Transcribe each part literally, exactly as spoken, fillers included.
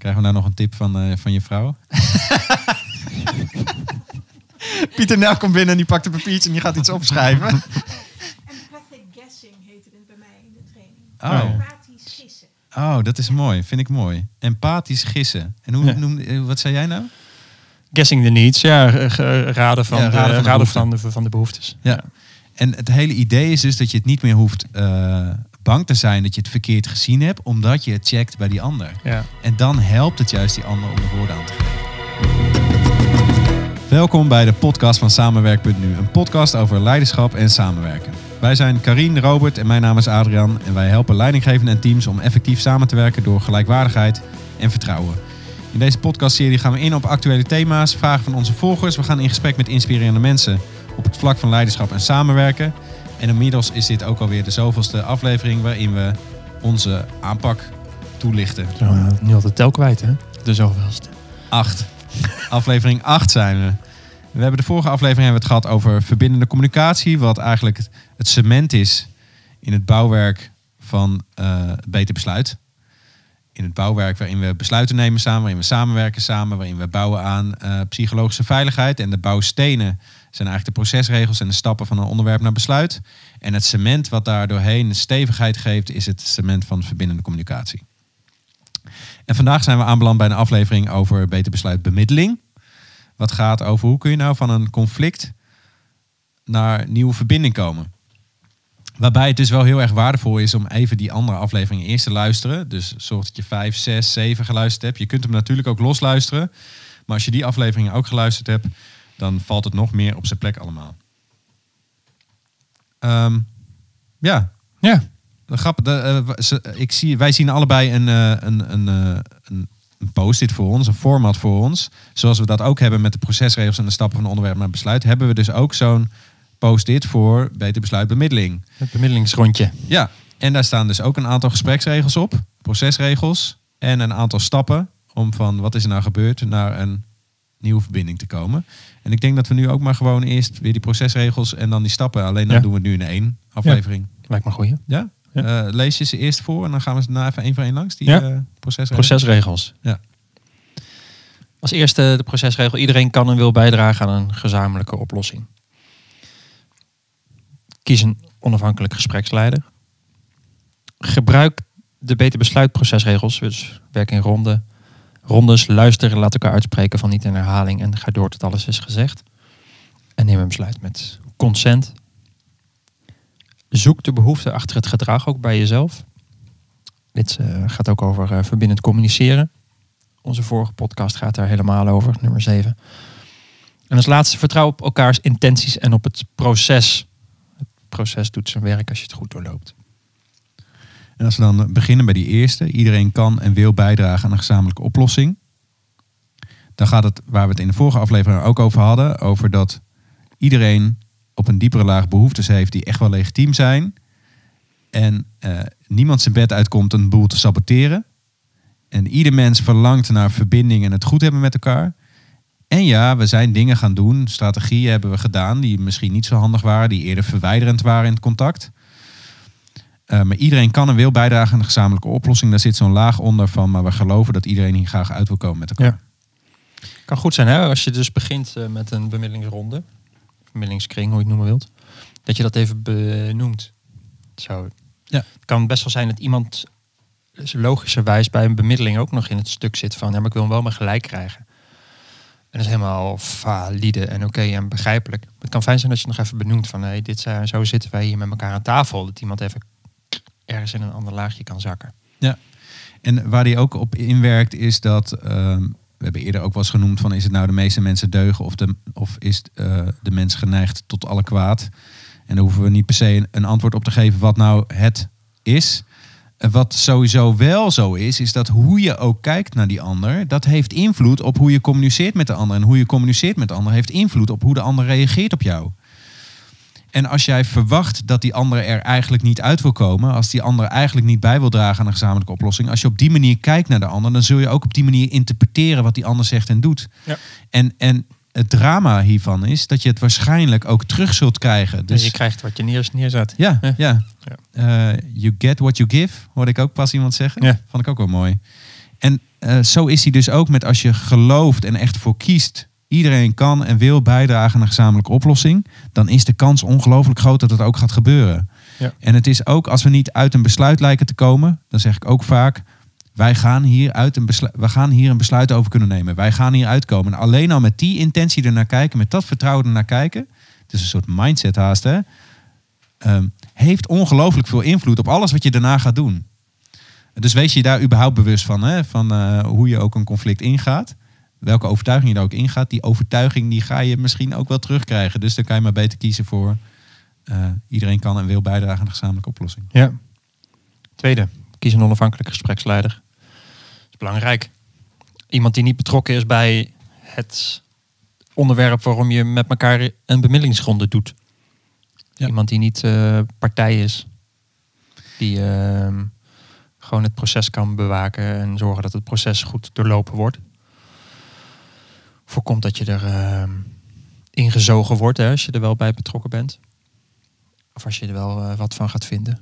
Krijgen we nou nog een tip van, uh, van je vrouw? Pieter Nel komt binnen en die pakt een papiertje en die gaat iets opschrijven. Empathic guessing heet het bij mij in de training. Oh. Empathisch gissen. Oh, dat is mooi. Vind ik mooi. Empathisch gissen. En hoe Ja. noemde, wat zei jij nou? Guessing the needs, ja. Raden van, Ja, de, raden van de raden behoeften. van, de, van de behoeftes. Ja. En het hele idee is dus dat je het niet meer hoeft uh, bang te zijn dat je het verkeerd gezien hebt, omdat je het checkt bij die ander. Ja. En dan helpt het juist die ander om de woorden aan te geven. Welkom bij de podcast van Samenwerk punt nu. Een podcast over leiderschap en samenwerken. Wij zijn Karien, Robert en mijn naam is Adrian. En wij helpen leidinggevenden en teams om effectief samen te werken door gelijkwaardigheid en vertrouwen. In deze podcastserie gaan we in op actuele thema's, vragen van onze volgers. We gaan in gesprek met inspirerende mensen op het vlak van leiderschap en samenwerken. En inmiddels is dit ook alweer de zoveelste aflevering waarin we onze aanpak toelichten. Zo, nu al de tel kwijt, hè? De zoveelste. Acht. Aflevering acht zijn we. We hebben de vorige aflevering hebben we het gehad over verbindende communicatie. Wat eigenlijk het cement is in het bouwwerk van uh, Beter Besluit. In het bouwwerk waarin we besluiten nemen samen, waarin we samenwerken samen, waarin we bouwen aan uh, psychologische veiligheid. En de bouwstenen zijn eigenlijk de procesregels en de stappen van een onderwerp naar besluit. En het cement wat daar doorheen de stevigheid geeft, is het cement van verbindende communicatie. En vandaag zijn we aanbeland bij een aflevering over Beter Besluit bemiddeling. Wat gaat over hoe kun je nou van een conflict naar nieuwe verbinding komen. Waarbij het dus wel heel erg waardevol is om even die andere afleveringen eerst te luisteren. Dus zorg dat je vijf, zes, zeven geluisterd hebt. Je kunt hem natuurlijk ook losluisteren. Maar als je die afleveringen ook geluisterd hebt, dan valt het nog meer op zijn plek allemaal. Um, ja. Ja. Grappig. Uh, ik zie, wij zien allebei een, uh, een, een, uh, een, een post-it voor ons, een format voor ons. Zoals we dat ook hebben met de procesregels en de stappen van onderwerp naar besluit, hebben we dus ook zo'n post-it voor Beter Besluit bemiddeling. Het bemiddelingsrondje. Ja, en daar staan dus ook een aantal gespreksregels op, procesregels en een aantal stappen om van wat is er nou gebeurd naar een nieuwe verbinding te komen. En ik denk dat we nu ook maar gewoon eerst weer die procesregels en dan die stappen. Alleen dan ja. doen we het nu in één aflevering. Ja, lijkt me een goeie. Ja? Ja. Uh, lees je ze eerst voor en dan gaan we ze daarna even één voor één langs, die ja. uh, procesregels. Procesregels. Ja. Als eerste de procesregel. Iedereen kan en wil bijdragen aan een gezamenlijke oplossing. Kies een onafhankelijk gespreksleider. Gebruik de Beter Besluit procesregels. Dus werk in ronde, rondes, luister, laat elkaar uitspreken van niet in herhaling en ga door tot alles is gezegd. En neem een besluit met consent. Zoek de behoefte achter het gedrag ook bij jezelf. Dit uh, gaat ook over uh, verbindend communiceren. Onze vorige podcast gaat daar helemaal over, nummer zeven. En als laatste, vertrouw op elkaars intenties en op het proces. Het proces doet zijn werk als je het goed doorloopt. En als we dan beginnen bij die eerste, iedereen kan en wil bijdragen aan een gezamenlijke oplossing. Dan gaat het, waar we het in de vorige aflevering ook over hadden, over dat iedereen op een diepere laag behoeftes heeft die echt wel legitiem zijn. En uh, niemand zijn bed uitkomt een boel te saboteren. En ieder mens verlangt naar verbinding en het goed hebben met elkaar. En ja, we zijn dingen gaan doen, strategieën hebben we gedaan die misschien niet zo handig waren, die eerder verwijderend waren in het contact. Uh, maar iedereen kan en wil bijdragen aan een gezamenlijke oplossing. Daar zit zo'n laag onder van, maar we geloven dat iedereen hier graag uit wil komen met elkaar. Ja. Kan goed zijn, hè? Als je dus begint uh, met een bemiddelingsronde, bemiddelingskring, hoe je het noemen wilt, dat je dat even benoemt. Zo. Ja. Het kan best wel zijn dat iemand logischerwijs bij een bemiddeling ook nog in het stuk zit van, ja, maar ik wil hem wel maar gelijk krijgen. En dat is helemaal valide en oké okay en begrijpelijk. Het kan fijn zijn dat je nog even benoemt van, hey, dit zijn, zo zitten wij hier met elkaar aan tafel. Dat iemand even ergens in een ander laagje kan zakken. Ja, en waar die ook op inwerkt is dat, uh, we hebben eerder ook wel eens genoemd van, is het nou de meeste mensen deugen of, de, of is uh, de mens geneigd tot alle kwaad? En daar hoeven we niet per se een, een antwoord op te geven wat nou het is. Wat sowieso wel zo is, is dat hoe je ook kijkt naar die ander, dat heeft invloed op hoe je communiceert met de ander. En hoe je communiceert met de ander heeft invloed op hoe de ander reageert op jou. En als jij verwacht dat die ander er eigenlijk niet uit wil komen, als die ander eigenlijk niet bij wil dragen aan een gezamenlijke oplossing, als je op die manier kijkt naar de ander, dan zul je ook op die manier interpreteren wat die ander zegt en doet. Ja. En, en het drama hiervan is dat je het waarschijnlijk ook terug zult krijgen. Dus je krijgt wat je neer, neerzet. Ja, ja. ja. ja. Uh, you get what you give, hoorde ik ook pas iemand zeggen. Ja. Vond ik ook wel mooi. En uh, zo is hij dus ook met als je gelooft en echt voor kiest. Iedereen kan en wil bijdragen aan een gezamenlijke oplossing. Dan is de kans ongelooflijk groot dat het ook gaat gebeuren. Ja. En het is ook als we niet uit een besluit lijken te komen. Dan zeg ik ook vaak. Wij gaan hier, uit een, besluit, we gaan hier een besluit over kunnen nemen. Wij gaan hier uitkomen. En alleen al met die intentie ernaar kijken. Met dat vertrouwen ernaar kijken. Het is een soort mindset haast hè. Um, heeft ongelooflijk veel invloed op alles wat je daarna gaat doen. Dus wees je daar überhaupt bewust van. Hè? Van uh, hoe je ook een conflict ingaat. Welke overtuiging je daar ook ingaat. Die overtuiging die ga je misschien ook wel terugkrijgen. Dus dan kan je maar beter kiezen voor... Uh, iedereen kan en wil bijdragen aan een gezamenlijke oplossing. Ja. Tweede, kies een onafhankelijke gespreksleider. Dat is belangrijk. Iemand die niet betrokken is bij het onderwerp waarom je met elkaar een bemiddelingsronde doet. Ja. Iemand die niet uh, partij is. Die uh, gewoon het proces kan bewaken en zorgen dat het proces goed doorlopen wordt. Voorkomt dat je er uh, ingezogen wordt hè, als je er wel bij betrokken bent. Of als je er wel uh, wat van gaat vinden.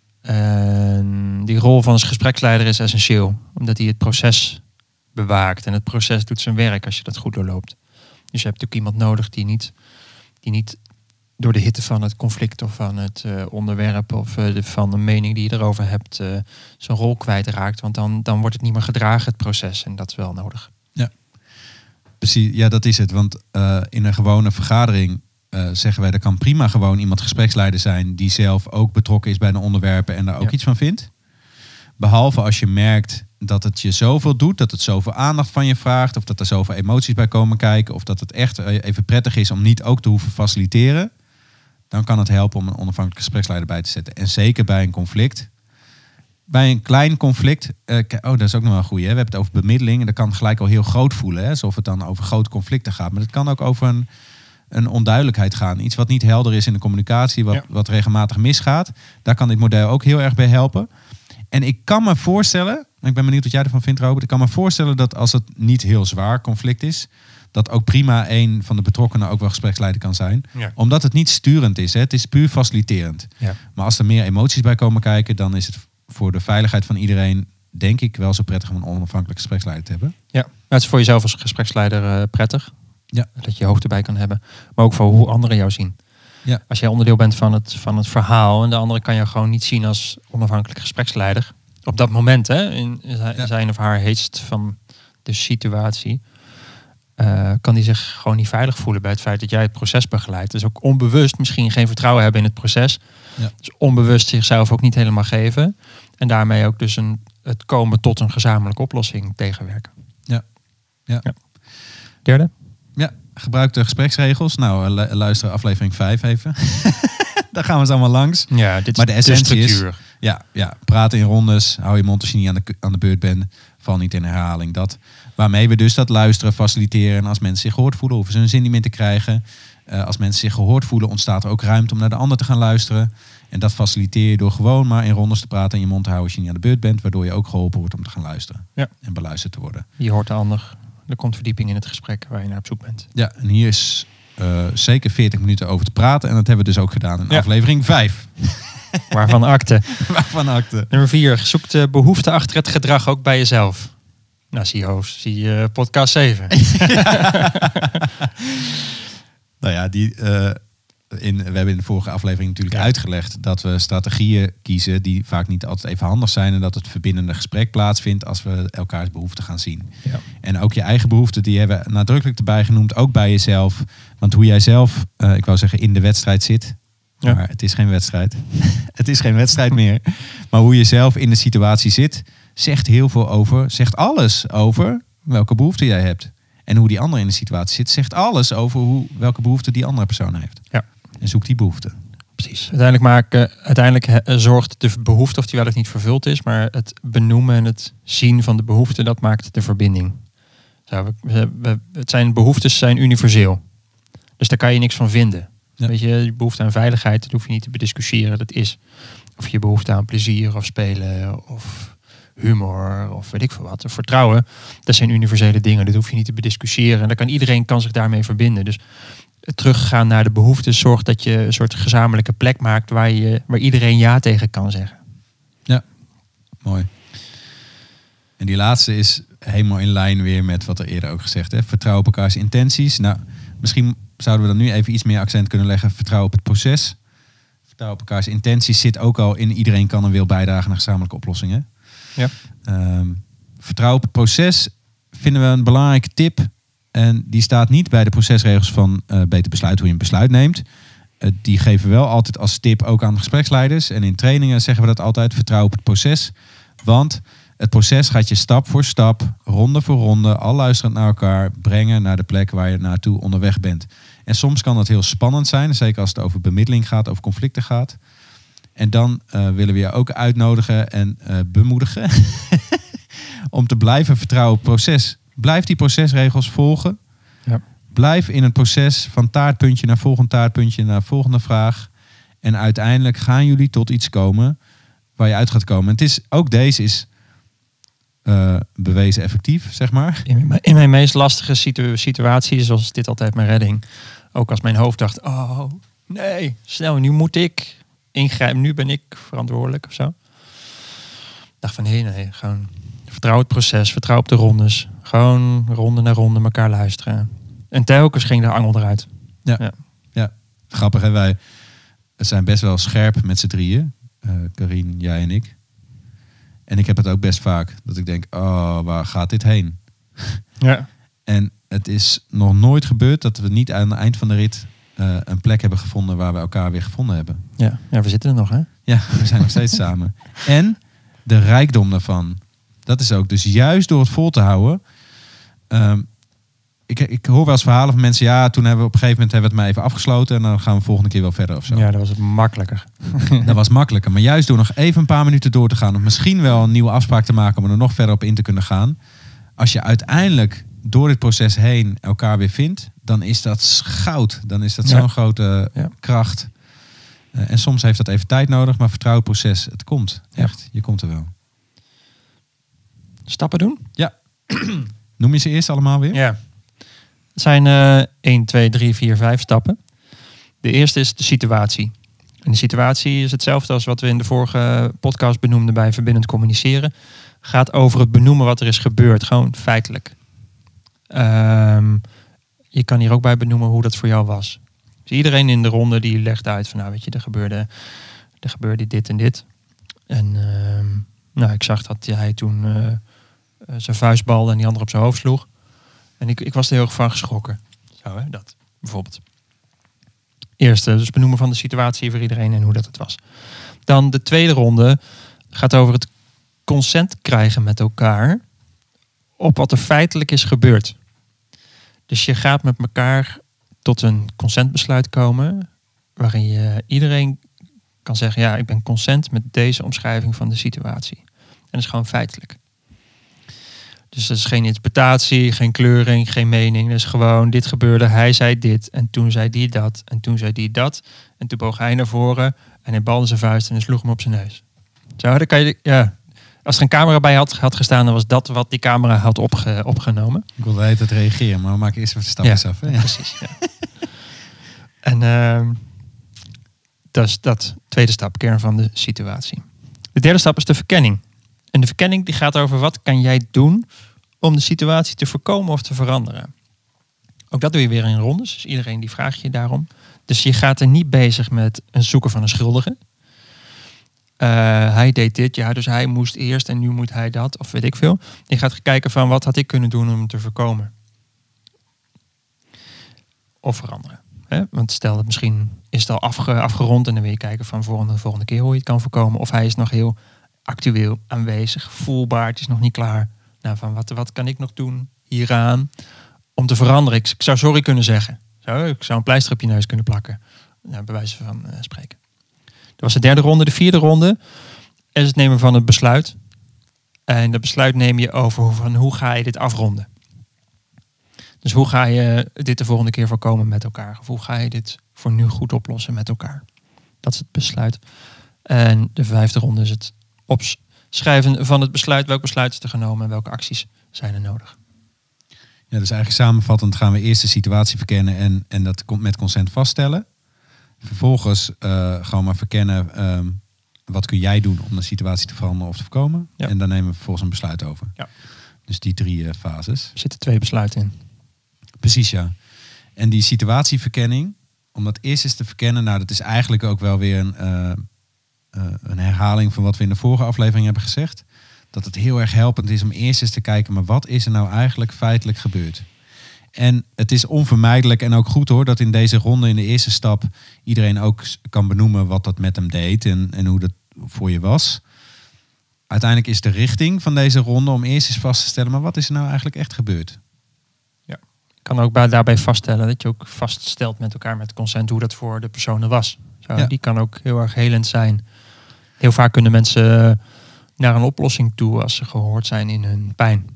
En die rol van een gespreksleider is essentieel. Omdat hij het proces bewaakt. En het proces doet zijn werk als je dat goed doorloopt. Dus je hebt natuurlijk iemand nodig die niet, die niet door de hitte van het conflict of van het uh, onderwerp of uh, de, van de mening die je erover hebt, uh, zijn rol kwijtraakt. Want dan, dan wordt het niet meer gedragen, het proces. En dat is wel nodig. Ja, precies. Ja, dat is het. Want uh, in een gewone vergadering uh, zeggen wij, er kan prima gewoon iemand gespreksleider zijn die zelf ook betrokken is bij de onderwerpen en daar ook ja. iets van vindt. Behalve als je merkt dat het je zoveel doet, dat het zoveel aandacht van je vraagt, of dat er zoveel emoties bij komen kijken, of dat het echt even prettig is om niet ook te hoeven faciliteren. Dan kan het helpen om een onafhankelijke gespreksleider bij te zetten. En zeker bij een conflict. Bij een klein conflict, uh, oh, dat is ook nog wel een goeie. Hè? We hebben het over bemiddeling en dat kan gelijk al heel groot voelen. Hè? Alsof het dan over grote conflicten gaat. Maar het kan ook over een, een onduidelijkheid gaan. Iets wat niet helder is in de communicatie, wat, ja. wat regelmatig misgaat. Daar kan dit model ook heel erg bij helpen. En ik kan me voorstellen, ik ben benieuwd wat jij ervan vindt, Robert. Ik kan me voorstellen dat als het niet heel zwaar conflict is, dat ook prima een van de betrokkenen ook wel gespreksleider kan zijn. Ja. Omdat het niet sturend is. Hè? Het is puur faciliterend. Ja. Maar als er meer emoties bij komen kijken, dan is het voor de veiligheid van iedereen, denk ik, wel zo prettig om een onafhankelijke gespreksleider te hebben. Ja, het is voor jezelf als gespreksleider uh, prettig. Ja. Dat je je hoofd erbij kan hebben. Maar ook voor hoe anderen jou zien. Ja. Als jij onderdeel bent van het, van het verhaal en de andere kan je gewoon niet zien als onafhankelijk gespreksleider. Op dat moment, hè, in zijn ja. of haar heetst van de situatie, uh, kan die zich gewoon niet veilig voelen bij het feit dat jij het proces begeleidt. Dus ook onbewust misschien geen vertrouwen hebben in het proces. Ja. Dus onbewust zichzelf ook niet helemaal geven. En daarmee ook dus een, het komen tot een gezamenlijke oplossing tegenwerken. Ja. Ja. ja. Derde? Ja, gebruik de gespreksregels. Nou, lu- luister aflevering vijf even. Daar gaan we eens allemaal langs. Ja, dit is maar de essentie de is, ja, ja, praten in rondes, hou je mond als je niet aan de, aan de beurt bent, val niet in herhaling. Dat, waarmee we dus dat luisteren faciliteren. En als mensen zich gehoord voelen, hoeven ze hun zin niet meer te krijgen. Uh, als mensen zich gehoord voelen, ontstaat er ook ruimte om naar de ander te gaan luisteren. En dat faciliteer je door gewoon maar in rondes te praten en je mond te houden als je niet aan de beurt bent, waardoor je ook geholpen wordt om te gaan luisteren. Ja. En beluisterd te worden. Je hoort de ander. Er komt verdieping in het gesprek waar je naar op zoek bent. Ja, en hier is uh, zeker veertig minuten over te praten. En dat hebben we dus ook gedaan in ja. aflevering vijf. Waarvan akte. Waarvan akte. Nummer vier. Zoek de behoefte achter het gedrag ook bij jezelf. Nou, zie je hoofd. Zie je podcast zeven. Ja. Nou ja, die, uh, in, we hebben in de vorige aflevering natuurlijk ja. uitgelegd dat we strategieën kiezen die vaak niet altijd even handig zijn. En dat het verbindende gesprek plaatsvindt als we elkaars behoeften gaan zien. Ja. En ook je eigen behoeften, die hebben we nadrukkelijk erbij genoemd. Ook bij jezelf. Want hoe jij zelf, uh, ik wou zeggen, in de wedstrijd zit. Ja. Maar het is geen wedstrijd. Het is geen wedstrijd meer. Maar hoe je zelf in de situatie zit, zegt heel veel over, zegt alles over welke behoeften jij hebt. En hoe die ander in de situatie zit, zegt alles over hoe, welke behoeften die andere persoon heeft. Ja. En zoek die behoeften. Precies. Uiteindelijk, maken, uiteindelijk zorgt de behoefte, of die wel of niet vervuld is, maar het benoemen en het zien van de behoefte, dat maakt de verbinding. Zo, we, we, het zijn behoeftes zijn universeel. Dus daar kan je niks van vinden. Ja. Weet je, je behoefte aan veiligheid, dat hoef je niet te bediscussiëren. Dat is. Of je behoefte aan plezier of spelen of humor of weet ik veel wat. Of vertrouwen, dat zijn universele dingen. Dat hoef je niet te bediscussiëren. En dan kan iedereen kan zich daarmee verbinden. Dus teruggaan naar de behoeftes zorgt dat je een soort gezamenlijke plek maakt waar, je, waar iedereen ja tegen kan zeggen. Ja, mooi. En die laatste is helemaal in lijn weer met wat er eerder ook gezegd is. Vertrouw op elkaars intenties. Nou, misschien zouden we dan nu even iets meer accent kunnen leggen. Vertrouw op het proces. Vertrouw op elkaars intenties zit ook al in iedereen kan en wil bijdragen naar gezamenlijke oplossingen. Ja. Um, vertrouw op het proces vinden we een belangrijke tip. En die staat niet bij de procesregels van uh, Beter Besluit, hoe je een besluit neemt. Uh, die geven we wel altijd als tip ook aan gespreksleiders. En in trainingen zeggen we dat altijd, vertrouw op het proces. Want het proces gaat je stap voor stap, ronde voor ronde, al luisterend naar elkaar, brengen naar de plek waar je naartoe onderweg bent. En soms kan dat heel spannend zijn, zeker als het over bemiddeling gaat, over conflicten gaat. En dan uh, willen we je ook uitnodigen en uh, bemoedigen om te blijven vertrouwen op het proces. Blijf die procesregels volgen. Ja. Blijf in een proces van taartpuntje naar volgend taartpuntje naar volgende vraag. En uiteindelijk gaan jullie tot iets komen waar je uit gaat komen. Het is, ook deze is uh, bewezen effectief, zeg maar. In mijn, in mijn meest lastige situ- situaties was dit altijd mijn redding. Ook als mijn hoofd dacht, oh nee, snel, nu moet ik ingrijpen. Nu ben ik verantwoordelijk of zo. Ik dacht van nee, nee, gewoon vertrouw het proces, vertrouw op de rondes. Gewoon ronde na ronde elkaar luisteren. En telkens ging de angel eruit. Ja, ja. ja. Grappig hè, wij zijn best wel scherp met z'n drieën. Uh, Karien, jij en ik. En ik heb het ook best vaak. Dat ik denk, oh, waar gaat dit heen? Ja. En het is nog nooit gebeurd dat we niet aan het eind van de rit uh, een plek hebben gevonden waar we elkaar weer gevonden hebben. Ja, ja, we zitten er nog hè? Ja, we zijn nog steeds samen. En de rijkdom daarvan. Dat is ook. Dus juist door het vol te houden. Um, ik, ik hoor wel eens verhalen van mensen. Ja, toen hebben we op een gegeven moment hebben we het maar even afgesloten. En dan gaan we volgende keer wel verder of zo. Ja, dat was het makkelijker. Dat was makkelijker. Maar juist door nog even een paar minuten door te gaan. Of misschien wel een nieuwe afspraak te maken. Om er nog verder op in te kunnen gaan. Als je uiteindelijk door dit proces heen elkaar weer vindt. Dan is dat goud. Dan is dat Ja. zo'n grote Ja. kracht. Uh, en soms heeft dat even tijd nodig. Maar vertrouw het proces. Het komt. Echt. Je komt er wel. Stappen doen? Ja. Noem je ze eerst allemaal weer? Ja. Het zijn uh, één, twee, drie, vier, vijf stappen. De eerste is de situatie. En de situatie is hetzelfde als wat we in de vorige podcast benoemden bij verbindend communiceren. Gaat over het benoemen wat er is gebeurd. Gewoon feitelijk. Um, je kan hier ook bij benoemen hoe dat voor jou was. Dus iedereen in de ronde die legt uit van nou weet je, er gebeurde, er gebeurde dit en dit. En um, nou, ik zag dat hij toen uh, zijn vuist balde en die ander op zijn hoofd sloeg. En ik, ik was er heel erg van geschrokken. Zo, hè, dat bijvoorbeeld. Eerste, dus benoemen van de situatie voor iedereen en hoe dat het was. Dan de tweede ronde gaat over het consent krijgen met elkaar op wat er feitelijk is gebeurd. Dus je gaat met elkaar tot een consentbesluit komen waarin je iedereen kan zeggen, ja, ik ben consent met deze omschrijving van de situatie. En dat is gewoon feitelijk. Dus dat is geen interpretatie, geen kleuring, geen mening. Dat is gewoon, dit gebeurde, hij zei dit en toen zei die dat en toen zei die dat. En toen boog hij naar voren en hij balde zijn vuist en hij sloeg hem op zijn neus. Zo, dan kan je, ja, als er een camera bij had, had gestaan, dan was dat wat die camera had opge, opgenomen. Ik wilde het reageren, maar we maken eerst even de stapjes Ja, af. Hè? ja, precies. Ja. En uh, dat is dat tweede stap, kern van de situatie. De derde stap is de verkenning. En de verkenning die gaat over wat kan jij doen om de situatie te voorkomen of te veranderen. Ook dat doe je weer in rondes. Dus iedereen die vraagt je daarom. Dus je gaat er niet bezig met een zoeken van een schuldige. Uh, hij deed dit, ja, dus hij moest eerst en nu moet hij dat, of weet ik veel. Je gaat kijken van wat had ik kunnen doen om hem te voorkomen. Of veranderen. Hè? Want stel dat misschien is het al afge, afgerond en dan wil je kijken van volgende, volgende keer hoe je het kan voorkomen. Of hij is nog heel actueel aanwezig, voelbaar, het is nog niet klaar. Nou, van wat, wat kan ik nog doen hieraan om te veranderen? Ik, ik zou sorry kunnen zeggen. Zo, ik zou een pleister op je neus kunnen plakken. Nou, bij wijze van uh, spreken. Dat was de derde ronde. De vierde ronde is het nemen van het besluit. En dat besluit neem je over van hoe ga je dit afronden. Dus hoe ga je dit de volgende keer voorkomen met elkaar? Of hoe ga je dit voor nu goed oplossen met elkaar? Dat is het besluit. En de vijfde ronde is het opschrijven van het besluit. Welk besluit is er genomen en welke acties zijn er nodig? Ja, dus eigenlijk samenvattend gaan we eerst de situatie verkennen en, en dat met consent vaststellen. Vervolgens uh, gewoon maar verkennen, um, wat kun jij doen om de situatie te veranderen of te voorkomen? Ja. En daar nemen we vervolgens een besluit over. Ja. Dus die drie uh, fases. Er zitten twee besluiten in. Precies, ja. En die situatieverkenning, om dat eerst eens te verkennen, nou, dat is eigenlijk ook wel weer een, uh, uh, een herhaling van wat we in de vorige aflevering hebben gezegd. Dat het heel erg helpend is om eerst eens te kijken, maar wat is er nou eigenlijk feitelijk gebeurd? En het is onvermijdelijk en ook goed hoor, dat in deze ronde, in de eerste stap, iedereen ook kan benoemen wat dat met hem deed en, en hoe dat voor je was. Uiteindelijk is de richting van deze ronde om eerst eens vast te stellen, maar wat is er nou eigenlijk echt gebeurd? Je kan ook bij, daarbij vaststellen dat je ook vaststelt met elkaar met consent hoe dat voor de personen was. Zo, Ja. Die kan ook heel erg helend zijn. Heel vaak kunnen mensen naar een oplossing toe als ze gehoord zijn in hun pijn.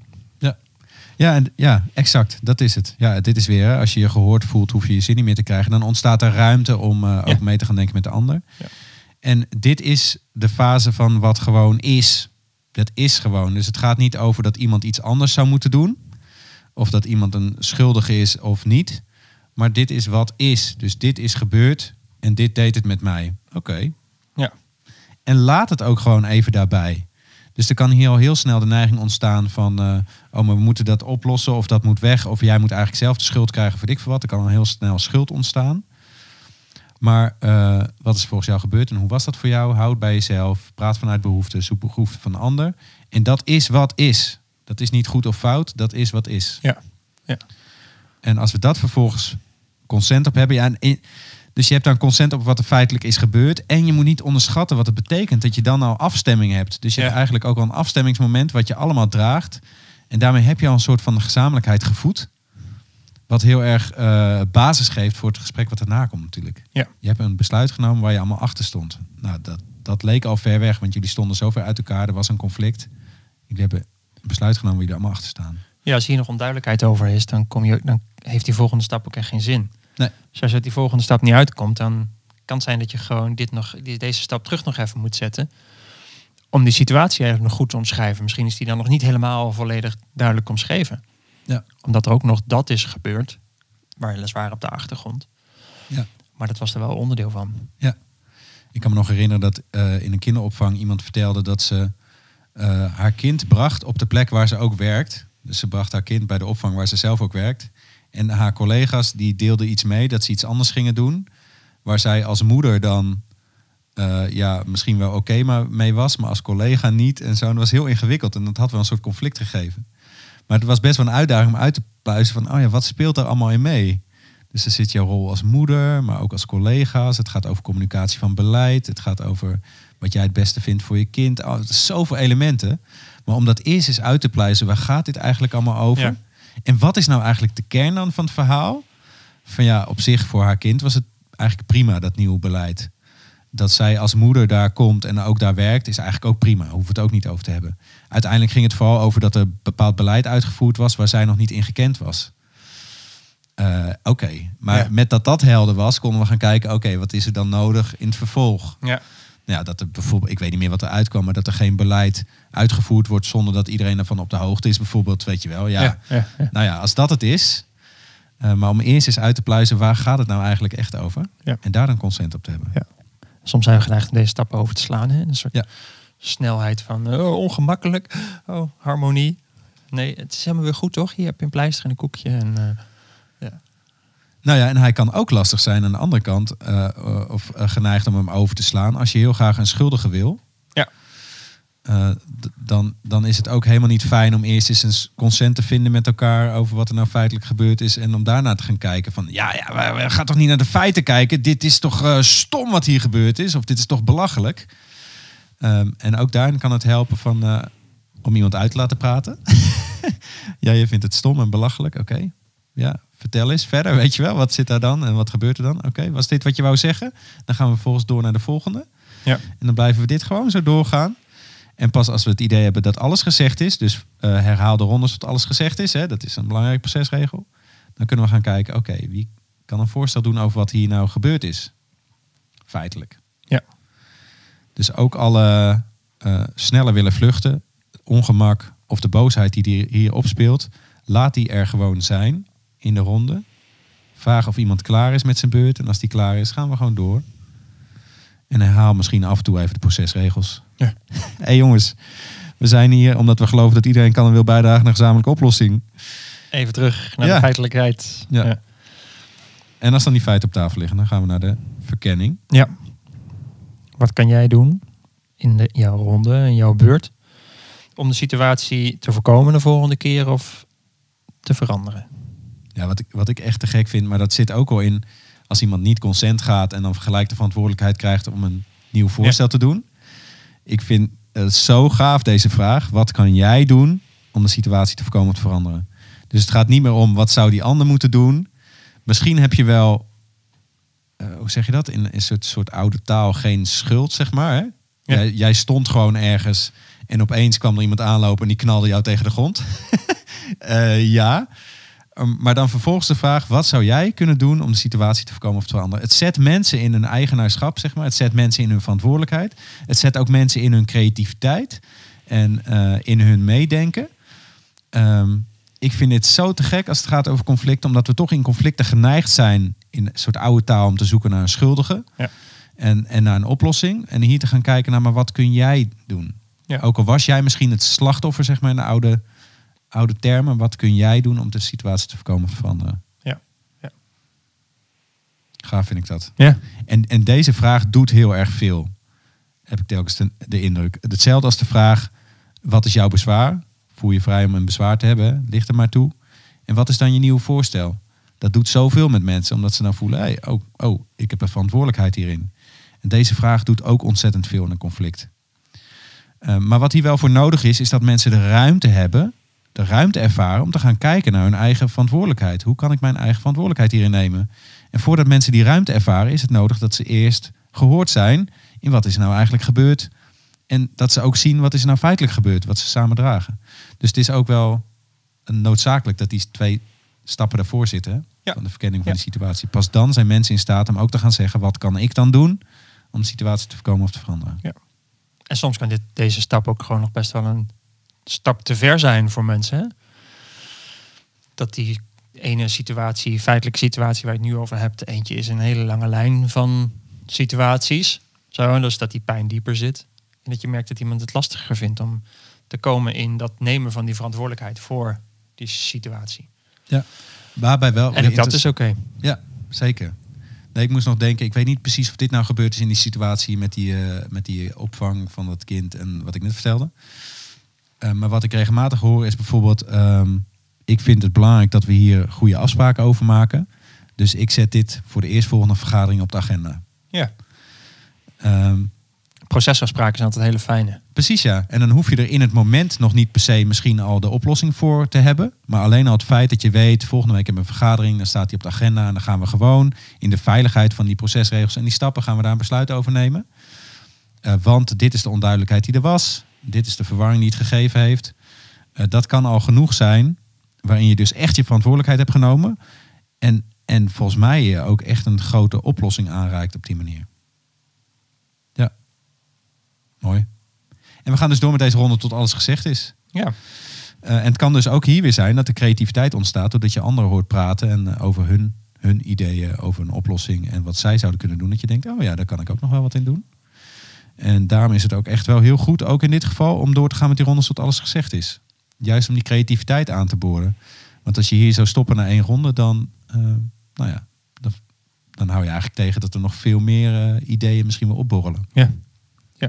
Ja, en, ja, exact. Dat is het. Ja, dit is weer, hè, als je je gehoord voelt, hoef je je zin niet meer te krijgen. Dan ontstaat er ruimte om uh, Ja. ook mee te gaan denken met de ander. Ja. En dit is de fase van wat gewoon is. Dat is gewoon. Dus het gaat niet over dat iemand iets anders zou moeten doen. Of dat iemand een schuldige is of niet. Maar dit is wat is. Dus dit is gebeurd en dit deed het met mij. Oké. Okay. Ja. En laat het ook gewoon even daarbij. Dus er kan hier al heel snel de neiging ontstaan van... Uh, oh, maar we moeten dat oplossen of dat moet weg. Of jij moet eigenlijk zelf de schuld krijgen voor dik voor wat. Er kan al heel snel schuld ontstaan. Maar uh, wat is volgens jou gebeurd en hoe was dat voor jou? Houd bij jezelf, praat vanuit behoeften, zoek behoeften van de ander. En dat is wat is. Dat is niet goed of fout, dat is wat is. Ja. Ja. En als we dat vervolgens consent op hebben... Ja, en in, dus je hebt dan consent op wat er feitelijk is gebeurd. En je moet niet onderschatten wat het betekent dat je dan al afstemming hebt. Dus je Ja. hebt eigenlijk ook al een afstemmingsmoment wat je allemaal draagt. En daarmee heb je al een soort van gezamenlijkheid gevoed. Wat heel erg uh, basis geeft voor het gesprek wat erna komt natuurlijk. Ja. Je hebt een besluit genomen waar je allemaal achter stond. Nou, dat, dat leek al ver weg, want jullie stonden zo ver uit elkaar. Er was een conflict. Jullie hebben een besluit genomen waar jullie allemaal achter staan. Ja, als hier nog onduidelijkheid over is, dan, kom je, dan heeft die volgende stap ook echt geen zin. Nee. Dus als uit die volgende stap niet uitkomt, dan kan het zijn dat je gewoon dit nog, deze stap terug nog even moet zetten. Om die situatie eigenlijk nog goed te omschrijven. Misschien is die dan nog niet helemaal volledig duidelijk omschreven. Ja. Omdat er ook nog dat is gebeurd, weliswaar op de achtergrond. Ja. Maar dat was er wel onderdeel van. Ik kan me nog herinneren dat uh, in een kinderopvang iemand vertelde dat ze uh, haar kind bracht op de plek waar ze ook werkt. Dus ze bracht haar kind bij de opvang waar ze zelf ook werkt. En haar collega's die deelden iets mee dat ze iets anders gingen doen. Waar zij als moeder dan uh, ja, misschien wel oké okay maar mee was, maar als collega niet. En zo. En dat was heel ingewikkeld en dat had wel een soort conflict gegeven. Maar het was best wel een uitdaging om uit te pluizen van, oh ja, wat speelt er allemaal in mee? Dus er zit jouw rol als moeder, maar ook als collega's. Het gaat over communicatie van beleid. Het gaat over wat jij het beste vindt voor je kind. Oh, het is zoveel elementen. Maar om dat eerst eens uit te pluizen, waar gaat dit eigenlijk allemaal over? Ja. En wat is nou eigenlijk de kern dan van het verhaal? Van ja, op zich voor haar kind was het eigenlijk prima, dat nieuwe beleid. Dat zij als moeder daar komt en ook daar werkt, is eigenlijk ook prima. Hoeven we het ook niet over te hebben. Uiteindelijk ging het vooral over dat er bepaald beleid uitgevoerd was waar zij nog niet in gekend was. Uh, oké, okay. maar Ja. met dat dat helder was, konden we gaan kijken, oké, okay, wat is er dan nodig in het vervolg? Ja. Ja, dat er bijvoorbeeld, ik weet niet meer wat er uitkwam, maar dat er geen beleid uitgevoerd wordt zonder dat iedereen ervan op de hoogte is, bijvoorbeeld, weet je wel. Ja, Ja, ja, ja. nou ja, als dat het is, uh, maar om eerst eens uit te pluizen, waar gaat het nou eigenlijk echt over? Ja. En daar dan consent op te hebben. Ja. Soms zijn we geneigd om deze stappen over te slaan. Hè? Een soort Ja. snelheid van oh, ongemakkelijk, oh, harmonie. Nee, het is helemaal weer goed, toch? Hier heb je een pleister en een koekje. En, uh, ja. Nou ja, en hij kan ook lastig zijn aan de andere kant, uh, of uh, geneigd om hem over te slaan. Als je heel graag een schuldige wil, Ja. uh, d- dan, dan is het ook helemaal niet fijn om eerst eens een consent te vinden met elkaar over wat er nou feitelijk gebeurd is. En om daarna te gaan kijken van, ja, ja, we, we gaan toch niet naar de feiten kijken. Dit is toch uh, stom wat hier gebeurd is, of dit is toch belachelijk. Um, en ook daarin kan het helpen van, uh, om iemand uit te laten praten. Ja, je vindt het stom en belachelijk, oké. Okay. Ja, vertel eens verder, weet je wel. Wat zit daar dan en wat gebeurt er dan? Oké, okay, was dit wat je wou zeggen? Dan gaan we vervolgens door naar de volgende. Ja. En dan blijven we dit gewoon zo doorgaan. En pas als we het idee hebben dat alles gezegd is, dus uh, herhaal de rondes tot alles gezegd is, hè, dat is een belangrijke procesregel. Dan kunnen we gaan kijken, oké, okay, wie kan een voorstel doen over wat hier nou gebeurd is? Feitelijk. Ja. Dus ook alle uh, sneller willen vluchten, ongemak of de boosheid die hier opspeelt, laat die er gewoon zijn in de ronde. Vraag of iemand klaar is met zijn beurt. En als die klaar is, gaan we gewoon door. En herhaal misschien af en toe even de procesregels. Ja. Hé hey jongens, we zijn hier omdat we geloven dat iedereen kan en wil bijdragen naar een gezamenlijke oplossing. Even terug naar Ja. de feitelijkheid. Ja. Ja. En als dan die feiten op tafel liggen, dan gaan we naar de verkenning. Ja. Wat kan jij doen in de, jouw ronde, in jouw beurt, om de situatie te voorkomen de volgende keer of te veranderen? Ja, wat ik, wat ik echt te gek vind, maar dat zit ook al in als iemand niet consent gaat en dan gelijk de verantwoordelijkheid krijgt om een nieuw voorstel Ja. te doen. Ik vind het zo gaaf deze vraag. Wat kan jij doen om de situatie te voorkomen of te veranderen? Dus het gaat niet meer om wat zou die ander moeten doen. Misschien heb je wel, uh, hoe zeg je dat? In een soort, soort oude taal geen schuld, zeg maar. Hè? Ja. Jij, jij stond gewoon ergens en opeens kwam er iemand aanlopen en die knalde jou tegen de grond. uh, ja. Um, maar dan vervolgens de vraag, wat zou jij kunnen doen om de situatie te voorkomen of te veranderen? Het zet mensen in hun eigenaarschap, zeg maar. Het zet mensen in hun verantwoordelijkheid. Het zet ook mensen in hun creativiteit en uh, in hun meedenken. Um, ik vind dit zo te gek als het gaat over conflicten, omdat we toch in conflicten geneigd zijn in een soort oude taal om te zoeken naar een schuldige Ja. en, en naar een oplossing. En hier te gaan kijken naar, maar wat kun jij doen? Ja. Ook al was jij misschien het slachtoffer, zeg maar, in de oude, oude termen. Wat kun jij doen om de situatie te voorkomen of te veranderen? Ja. Ja. Gaaf vind ik dat. Ja. En, en deze vraag doet heel erg veel. Heb ik telkens de, de indruk. Hetzelfde als de vraag, wat is jouw bezwaar? Voel je vrij om een bezwaar te hebben? Ligt er maar toe. En wat is dan je nieuwe voorstel? Dat doet zoveel met mensen, omdat ze dan voelen, hey, oh, oh, ik heb een verantwoordelijkheid hierin. En deze vraag doet ook ontzettend veel in een conflict. Uh, maar wat hier wel voor nodig is, is dat mensen de ruimte hebben, de ruimte ervaren om te gaan kijken naar hun eigen verantwoordelijkheid. Hoe kan ik mijn eigen verantwoordelijkheid hierin nemen? En voordat mensen die ruimte ervaren, is het nodig dat ze eerst gehoord zijn in wat is er nou eigenlijk gebeurd. En dat ze ook zien wat is er nou feitelijk gebeurd, wat ze samen dragen. Dus het is ook wel een noodzakelijk dat die twee stappen daarvoor zitten. Hè? Ja. Van de verkenning van Ja. de situatie. Pas dan zijn mensen in staat om ook te gaan zeggen, wat kan ik dan doen om de situatie te voorkomen of te veranderen. Ja. En soms kan dit, deze stap ook gewoon nog best wel een stap te ver zijn voor mensen. Hè? Dat die ene situatie, feitelijke situatie waar je het nu over hebt, eentje is een hele lange lijn van situaties. Zo, dus dat die pijn dieper zit. En dat je merkt dat iemand het lastiger vindt om te komen in dat nemen van die verantwoordelijkheid voor die situatie. Ja, waarbij wel. En ook dat is oké. Ja, zeker. Nee, ik moest nog denken, ik weet niet precies of dit nou gebeurd is in die situatie met die, uh, met die opvang van dat kind en wat ik net vertelde. Uh, maar wat ik regelmatig hoor is bijvoorbeeld, um, ik vind het belangrijk dat we hier goede afspraken over maken. Dus ik zet dit voor de eerstvolgende vergadering op de agenda. Ja. Um, Procesafspraken zijn altijd hele fijne. Precies, ja. En dan hoef je er in het moment nog niet per se misschien al de oplossing voor te hebben. Maar alleen al het feit dat je weet, volgende week hebben we een vergadering, dan staat die op de agenda en dan gaan we gewoon in de veiligheid van die procesregels en die stappen gaan we daar een besluit over nemen. Uh, want dit is de onduidelijkheid die er was. Dit is de verwarring die het gegeven heeft. Uh, dat kan al genoeg zijn, waarin je dus echt je verantwoordelijkheid hebt genomen. En, en volgens mij je ook echt een grote oplossing aanreikt op die manier. Ja. Mooi. En we gaan dus door met deze ronde tot alles gezegd is. Ja. Uh, en het kan dus ook hier weer zijn dat de creativiteit ontstaat doordat je anderen hoort praten en uh, over hun, hun ideeën, over een oplossing en wat zij zouden kunnen doen. Dat je denkt, oh ja, daar kan ik ook nog wel wat in doen. En daarom is het ook echt wel heel goed, ook in dit geval, om door te gaan met die rondes tot alles gezegd is. Juist om die creativiteit aan te boren. Want als je hier zou stoppen na één ronde, dan, uh, nou ja, dan, dan hou je eigenlijk tegen dat er nog veel meer uh, ideeën misschien wel opborrelen. Ja. Ja.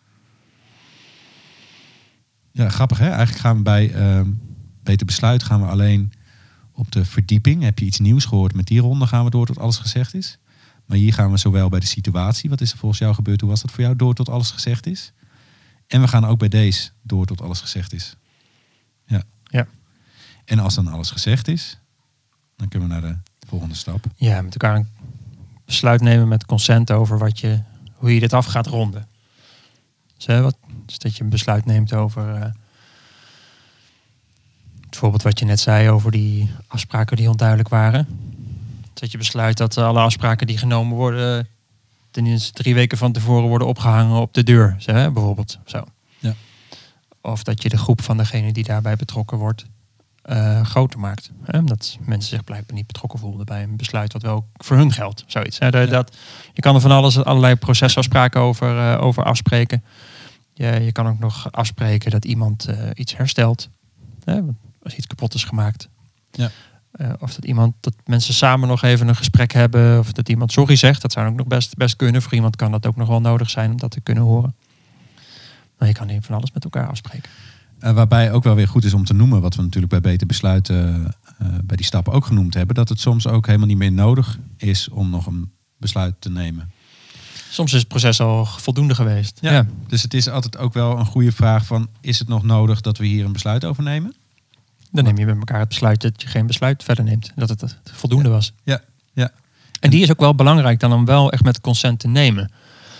Ja, grappig hè? Eigenlijk gaan we bij uh, Beter Besluit gaan we alleen op de verdieping. Heb je iets nieuws gehoord? Met die ronde gaan we door tot alles gezegd is. Maar hier gaan we zowel bij de situatie, wat is er volgens jou gebeurd, hoe was dat voor jou, door tot alles gezegd is. En we gaan ook bij deze door tot alles gezegd is. Ja. Ja. En als dan alles gezegd is, dan kunnen we naar de volgende stap. Ja, met elkaar een besluit nemen met consent over wat je, hoe je dit af gaat ronden. Dus, hè, wat, dus dat je een besluit neemt over uh, bijvoorbeeld wat je net zei over die afspraken die onduidelijk waren. Dat je besluit dat alle afspraken die genomen worden tenminste drie weken van tevoren worden opgehangen op de deur, zo, hè, bijvoorbeeld. Zo. Ja. Of dat je de groep van degene die daarbij betrokken wordt uh, groter maakt. Hè? Dat mensen zich blijkbaar niet betrokken voelden bij een besluit wat wel voor hun geldt. Zoiets. Hè? De, Ja. dat, je kan er van alles, allerlei procesafspraken over, uh, over afspreken. Je, je kan ook nog afspreken dat iemand uh, iets herstelt. Hè? Als iets kapot is gemaakt. Ja. Uh, of dat iemand, dat mensen samen nog even een gesprek hebben. Of dat iemand sorry zegt. Dat zou ook nog best, best kunnen. Voor iemand kan dat ook nog wel nodig zijn om dat te kunnen horen. Maar je kan hier van alles met elkaar afspreken. Uh, waarbij ook wel weer goed is om te noemen, wat we natuurlijk bij Beter Besluiten uh, bij die stappen ook genoemd hebben, dat het soms ook helemaal niet meer nodig is om nog een besluit te nemen. Soms is het proces al voldoende geweest. Ja. Ja. Dus het is altijd ook wel een goede vraag van, is het nog nodig dat we hier een besluit over nemen? Dan neem je met elkaar het besluit dat je geen besluit verder neemt. Dat het voldoende Ja. was. Ja, ja. En die is ook wel belangrijk dan om wel echt met consent te nemen.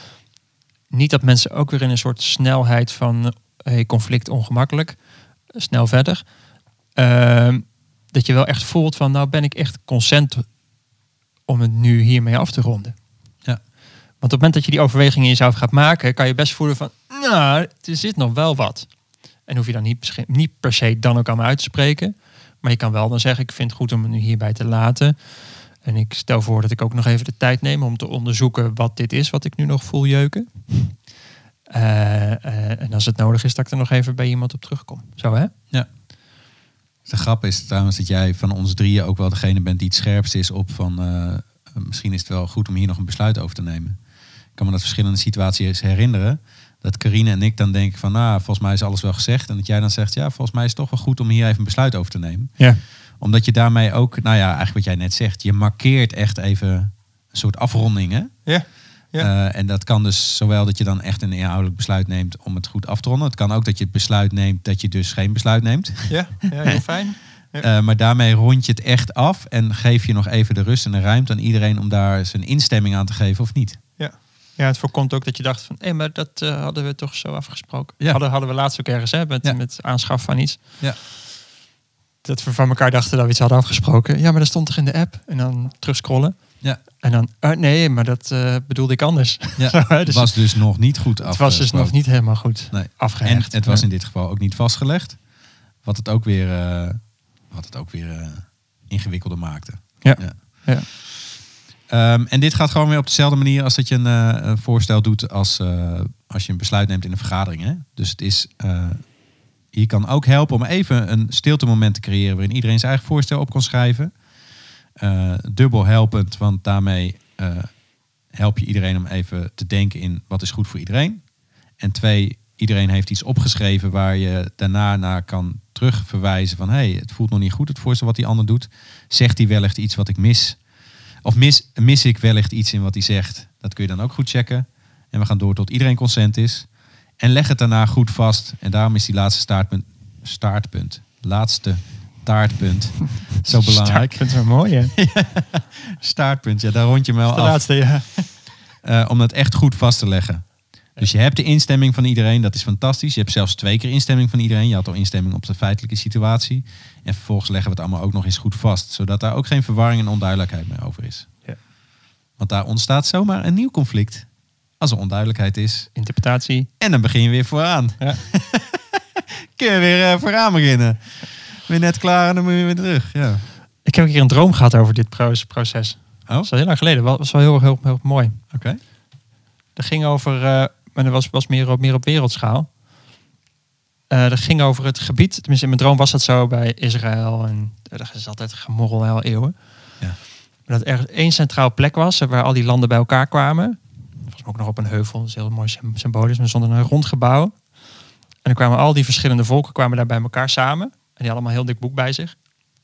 Niet dat mensen ook weer in een soort snelheid van hey, conflict ongemakkelijk, snel verder. Uh, dat je wel echt voelt van nou ben ik echt consent om het nu hiermee af te ronden. Ja. Want op het moment dat je die overweging in jezelf gaat maken, kan je best voelen van nou, er zit nog wel wat. En hoef je dan niet, niet per se dan ook allemaal uit te spreken. Maar je kan wel dan zeggen, ik vind het goed om het nu hierbij te laten. En ik stel voor dat ik ook nog even de tijd neem om te onderzoeken wat dit is, wat ik nu nog voel jeuken. Uh, uh, en als het nodig is, dat ik er nog even bij iemand op terugkom. Zo hè? Ja. De grap is trouwens dat jij van ons drieën ook wel degene bent die het scherpst is op van uh, misschien is het wel goed om hier nog een besluit over te nemen. Ik kan me dat verschillende situaties herinneren. Dat Carine en ik dan denken van, nou, volgens mij is alles wel gezegd. En dat jij dan zegt, ja, volgens mij is het toch wel goed om hier even een besluit over te nemen. Ja. Omdat je daarmee ook, nou ja, eigenlijk wat jij net zegt, je markeert echt even een soort afronding, hè? Ja. Ja. Uh, en dat kan dus zowel dat je dan echt een inhoudelijk besluit neemt om het goed af te ronden. Het kan ook dat je het besluit neemt dat je dus geen besluit neemt. Ja, ja heel fijn. Ja. Uh, maar daarmee rond je het echt af en geef je nog even de rust en de ruimte aan iedereen om daar zijn instemming aan te geven of niet. Ja. Ja, het voorkomt ook dat je dacht van, hé, hey, maar dat uh, hadden we toch zo afgesproken. Ja. Hadden, hadden we laatst ook ergens, hè, met, ja. met aanschaf van iets. Ja. Dat we van elkaar dachten dat we iets hadden afgesproken. Ja, maar dat stond toch in de app? En dan terugscrollen. Ja. En dan, uh, nee, maar dat uh, bedoelde ik anders. Ja. Zo, Het dus was dus nog niet goed afgesproken. Het was dus nog niet helemaal goed nee. afgehecht. En het was ja. in dit geval ook niet vastgelegd. Wat het ook weer, uh, wat het ook weer uh, ingewikkelder maakte. Ja. ja. ja. Um, en dit gaat gewoon weer op dezelfde manier als dat je een, uh, een voorstel doet als, uh, als je een besluit neemt in een vergadering. Hè? Dus het is, uh, je kan ook helpen om even een stiltemoment te creëren waarin iedereen zijn eigen voorstel op kan schrijven. Uh, dubbel helpend, want daarmee uh, help je iedereen om even te denken in wat is goed voor iedereen. En twee, iedereen heeft iets opgeschreven waar je daarna naar kan terugverwijzen van hé, hey, het voelt nog niet goed, het voorstel wat die ander doet. Zegt hij wellicht iets wat ik mis? Of mis, mis ik wellicht iets in wat hij zegt? Dat kun je dan ook goed checken. En we gaan door tot iedereen consent is. En leg het daarna goed vast. En daarom is die laatste startpunt, startpunt laatste taartpunt zo belangrijk. Startpunt is wel mooi, hè? Startpunt, ja, daar rond je me wel de af. laatste, ja. Uh, om dat echt goed vast te leggen. Dus je hebt de instemming van iedereen, dat is fantastisch. Je hebt zelfs twee keer instemming van iedereen. Je had al instemming op de feitelijke situatie. En vervolgens leggen we het allemaal ook nog eens goed vast. Zodat daar ook geen verwarring en onduidelijkheid meer over is. Ja. Want daar ontstaat zomaar een nieuw conflict. Als er onduidelijkheid is. Interpretatie. En dan begin je weer vooraan. Ja. Kun je weer uh, vooraan beginnen. Weer net klaar en dan moet je weer terug. Ja. Ik heb een keer een droom gehad over dit proces. Oh? Dat is al heel lang geleden. Dat was wel heel, heel, heel mooi. Oké. Okay. Dat ging over, uh, maar dat was, was meer, op, meer op wereldschaal. Uh, dat ging over het gebied. Tenminste, in mijn droom was dat zo bij Israël. En er is altijd gemorrel al eeuwen. Ja. Maar dat er één centraal plek was waar al die landen bij elkaar kwamen. Dat was ook nog op een heuvel. Dat is heel mooi symbolisch. Maar zonder een rond gebouw. En dan kwamen al die verschillende volken kwamen daar bij elkaar samen. En die hadden allemaal een heel dik boek bij zich.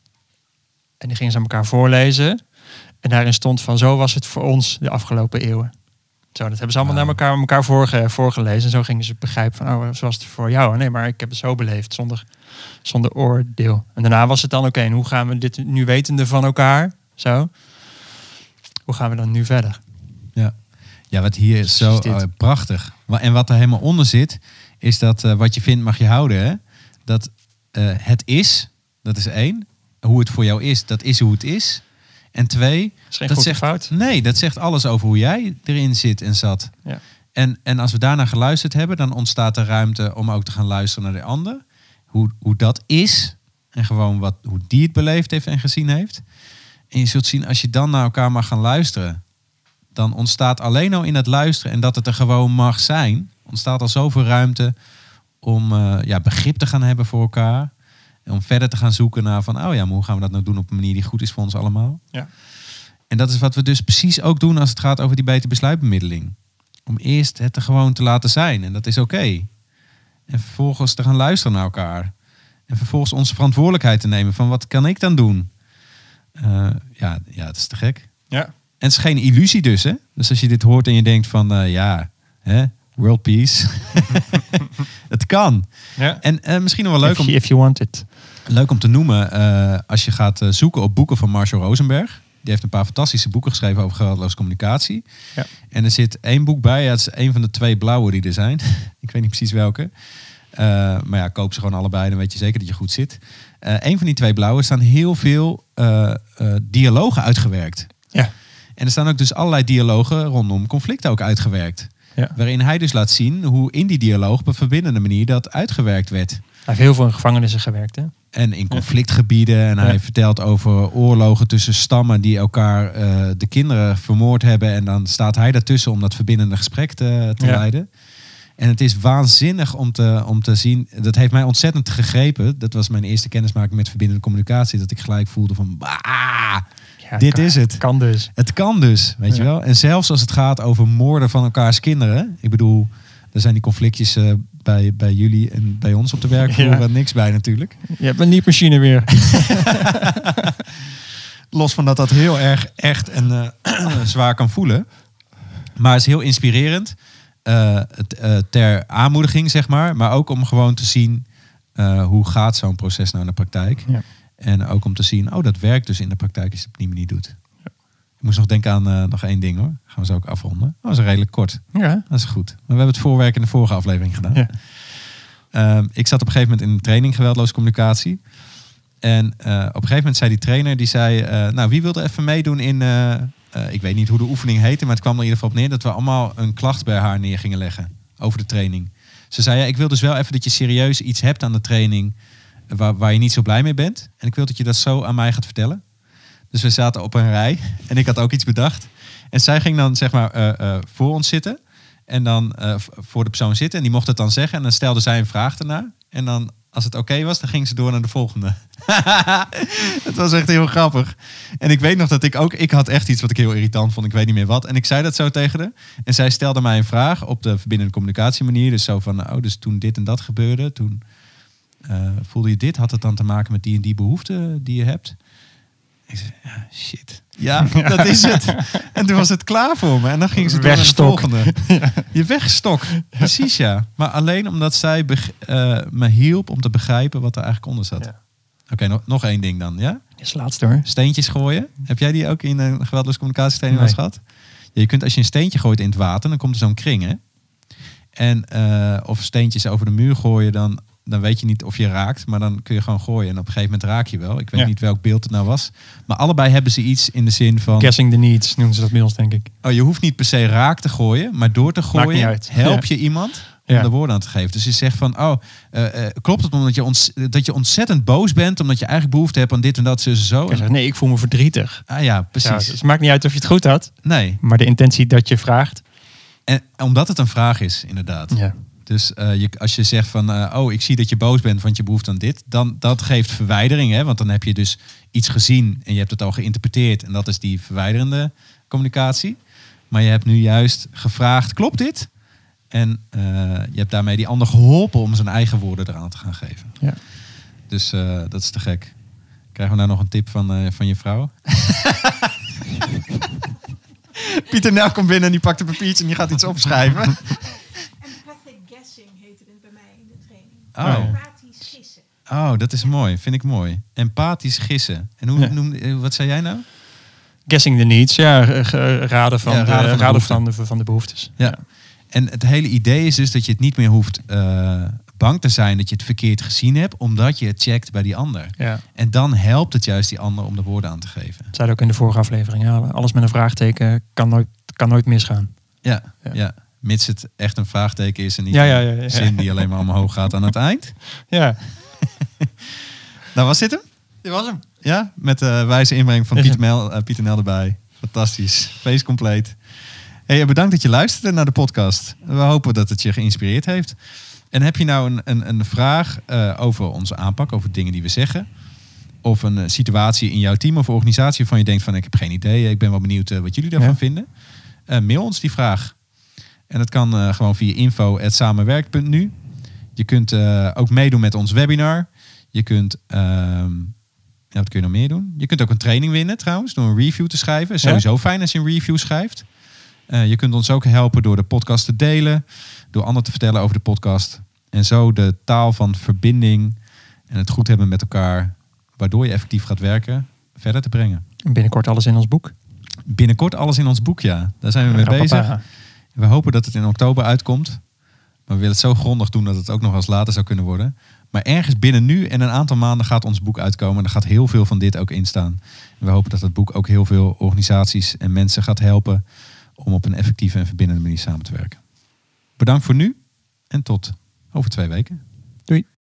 En die gingen ze aan elkaar voorlezen. En daarin stond van zo was het voor ons de afgelopen eeuwen. Zo, dat hebben ze allemaal wow. naar elkaar, elkaar voorge, voorgelezen. En zo gingen ze begrijpen van, oh, zo was het voor jou. Nee, maar ik heb het zo beleefd, zonder, zonder oordeel. En daarna was het dan, oké, okay, hoe gaan we dit nu wetende van elkaar? Zo. Hoe gaan we dan nu verder? Ja, ja wat hier is zo uh, prachtig. En wat er helemaal onder zit, is dat uh, wat je vindt mag je houden. Hè? Dat uh, het is, dat is één. Hoe het voor jou is, dat is hoe het is. En twee, dat zegt, fout. Nee, dat zegt alles over hoe jij erin zit en zat. Ja. En, en als we daarna geluisterd hebben, dan ontstaat er ruimte om ook te gaan luisteren naar de ander. Hoe, hoe dat is. En gewoon wat, hoe die het beleefd heeft en gezien heeft. En je zult zien, als je dan naar elkaar mag gaan luisteren, dan ontstaat alleen al in het luisteren en dat het er gewoon mag zijn, ontstaat al zoveel ruimte om uh, ja, begrip te gaan hebben voor elkaar. En om verder te gaan zoeken naar van, oh ja, maar hoe gaan we dat nou doen op een manier die goed is voor ons allemaal? Ja. En dat is wat we dus precies ook doen als het gaat over die beter besluitbemiddeling. Om eerst het er gewoon te laten zijn. En dat is oké. Okay. En vervolgens te gaan luisteren naar elkaar. En vervolgens onze verantwoordelijkheid te nemen van, wat kan ik dan doen? Uh, ja, ja, dat is te gek. Ja. En het is geen illusie dus, hè? Dus als je dit hoort en je denkt van, uh, ja, hè, world peace. Het kan. Ja. En uh, misschien nog wel leuk if om, you, if you want it. leuk om te noemen, uh, als je gaat uh, zoeken op boeken van Marshall Rosenberg. Die heeft een paar fantastische boeken geschreven over geweldloze communicatie. Ja. En er zit één boek bij, ja, het is een van de twee blauwe die er zijn. Ik weet niet precies welke. Uh, maar ja, koop ze gewoon allebei, dan weet je zeker dat je goed zit. Uh, een van die twee blauwe staan heel veel uh, uh, dialogen uitgewerkt. Ja. En er staan ook dus allerlei dialogen rondom conflicten ook uitgewerkt. Ja. Waarin hij dus laat zien hoe in die dialoog op een verbindende manier dat uitgewerkt werd. Hij heeft heel veel in gevangenissen gewerkt, hè? En in conflictgebieden. En hij ja. vertelt over oorlogen tussen stammen die elkaar uh, de kinderen vermoord hebben. En dan staat hij daartussen om dat verbindende gesprek te, te ja. leiden. En het is waanzinnig om te, om te zien. Dat heeft mij ontzettend gegrepen. Dat was mijn eerste kennismaking met verbindende communicatie. Dat ik gelijk voelde van, bah, ja, dit kan, is het. Het kan dus. Het kan dus, weet ja. je wel. En zelfs als het gaat over moorden van elkaars kinderen. Ik bedoel, er zijn die conflictjes uh, bij, bij jullie en bij ons op de werkvloer ja. niks bij natuurlijk. Je hebt een niet-machine weer. Los van dat dat heel erg echt en uh, zwaar kan voelen. Maar het is heel inspirerend. Uh, t, uh, ter aanmoediging, zeg maar. Maar ook om gewoon te zien uh, hoe gaat zo'n proces nou in de praktijk. Ja. En ook om te zien, oh, dat werkt dus in de praktijk als je het op die manier doet. Ja. Ik moest nog denken aan uh, nog één ding hoor. Gaan we zo ook afronden. Oh, dat is redelijk kort. Ja. Dat is goed. Maar we hebben het voorwerk in de vorige aflevering gedaan. Ja. Uh, ik zat op een gegeven moment in een training geweldloze communicatie. En uh, op een gegeven moment zei die trainer, die zei, uh, nou, wie wil er even meedoen in... Uh, Uh, ik weet niet hoe de oefening heette, maar het kwam er in ieder geval op neer dat we allemaal een klacht bij haar neer gingen leggen over de training. Ze zei, ja, ik wil dus wel even dat je serieus iets hebt aan de training waar, waar je niet zo blij mee bent. En ik wil dat je dat zo aan mij gaat vertellen. Dus we zaten op een rij en ik had ook iets bedacht. En zij ging dan zeg maar uh, uh, voor ons zitten en dan uh, voor de persoon zitten en die mocht het dan zeggen. En dan stelde zij een vraag ernaar. En dan, als het oké okay was, dan ging ze door naar de volgende. Het was echt heel grappig. En ik weet nog dat ik ook... Ik had echt iets wat ik heel irritant vond. Ik weet niet meer wat. En ik zei dat zo tegen haar. En zij stelde mij een vraag op de verbindende communicatiemanier. Dus zo van, oh, dus toen dit en dat gebeurde. Toen uh, voelde je dit. Had het dan te maken met die en die behoefte die je hebt? Ik zei, ja, shit. Ja, ja, dat is het. En toen was het klaar voor me. En dan ging ze door naar de volgende. Ja. Je wegstok. Precies, ja. Maar alleen omdat zij beg- uh, me hielp om te begrijpen wat er eigenlijk onder zat. Ja. Oké, okay, nog, nog één ding dan, ja? Is laatste hoor. Steentjes gooien. Heb jij die ook in een geweldloze communicatietraining nee. gehad? Ja, je kunt als je een steentje gooit in het water, dan komt er zo'n kring, hè? En uh, of steentjes over de muur gooien, dan, dan weet je niet of je raakt, maar dan kun je gewoon gooien. En op een gegeven moment raak je wel. Ik weet ja. niet welk beeld het nou was. Maar allebei hebben ze iets in de zin van... Guessing the needs noemen ze dat bij ons, denk ik. Oh, je hoeft niet per se raak te gooien, maar door te gooien help je ja. iemand... om ja. de woorden aan te geven. Dus je zegt van, oh, uh, uh, klopt het omdat je, ont- dat je ontzettend boos bent, omdat je eigenlijk behoefte hebt aan dit en dat, zo, zo. Ik zeg, nee, ik voel me verdrietig. Ah ja, precies. Ja, dus het maakt niet uit of je het goed had. Nee. Maar de intentie dat je vraagt. En omdat het een vraag is, inderdaad. Ja. Dus uh, je, als je zegt van, uh, oh, ik zie dat je boos bent, want je behoeft aan dit, dan dat geeft verwijdering, hè? Want dan heb je dus iets gezien en je hebt het al geïnterpreteerd en dat is die verwijderende communicatie. Maar je hebt nu juist gevraagd, klopt dit? En uh, je hebt daarmee die ander geholpen om zijn eigen woorden eraan te gaan geven. Ja. Dus uh, dat is te gek. Krijgen we nou nog een tip van, uh, van je vrouw? Pieter Nel komt binnen en die pakt een papiertje en die gaat iets opschrijven. Empathic guessing heette het bij mij in de training. Oh. Empathisch gissen. Oh, dat is mooi. Vind ik mooi. Empathisch gissen. En hoe ja. noemde, wat zei jij nou? Guessing the needs. Ja, raden van, ja, de, raden van, raden de, van, de, van de behoeftes. Ja. ja. En het hele idee is dus dat je het niet meer hoeft uh, bang te zijn dat je het verkeerd gezien hebt, omdat je het checkt bij die ander. Ja. En dan helpt het juist die ander om de woorden aan te geven. Dat zei ook in de vorige aflevering. Ja, alles met een vraagteken kan nooit, kan nooit misgaan. Ja, ja. ja, mits het echt een vraagteken is en niet ja, ja, ja, ja. een zin die alleen maar omhoog gaat aan het eind. Ja. Nou, was dit hem? Dit was hem. Ja, met de wijze inbreng van Is Pieter Mel, uh, Pieter Nel erbij. Fantastisch. Feest compleet. Hey, bedankt dat je luisterde naar de podcast. We hopen dat het je geïnspireerd heeft. En heb je nou een, een, een vraag uh, over onze aanpak, over dingen die we zeggen, of een uh, situatie in jouw team of organisatie waarvan je denkt van ik heb geen idee, ik ben wel benieuwd uh, wat jullie daarvan Ja. vinden. Uh, mail ons die vraag. En dat kan uh, gewoon via info at samenwerkt punt nu. Je kunt uh, ook meedoen met ons webinar. Je kunt, uh, ja, wat kun je nog meer doen? Je kunt ook een training winnen trouwens, door een review te schrijven. Is sowieso ja. fijn als je een review schrijft. Uh, je kunt ons ook helpen door de podcast te delen, door anderen te vertellen over de podcast. En zo de taal van verbinding en het goed hebben met elkaar, waardoor je effectief gaat werken, verder te brengen. En binnenkort alles in ons boek. Binnenkort alles in ons boek, ja. Daar zijn we mee Rappapara. bezig. We hopen dat het in oktober uitkomt. Maar we willen het zo grondig doen dat het ook nog eens later zou kunnen worden. Maar ergens binnen nu en een aantal maanden gaat ons boek uitkomen. En er gaat heel veel van dit ook in staan. En we hopen dat het boek ook heel veel organisaties en mensen gaat helpen om op een effectieve en verbindende manier samen te werken. Bedankt voor nu en tot over twee weken. Doei.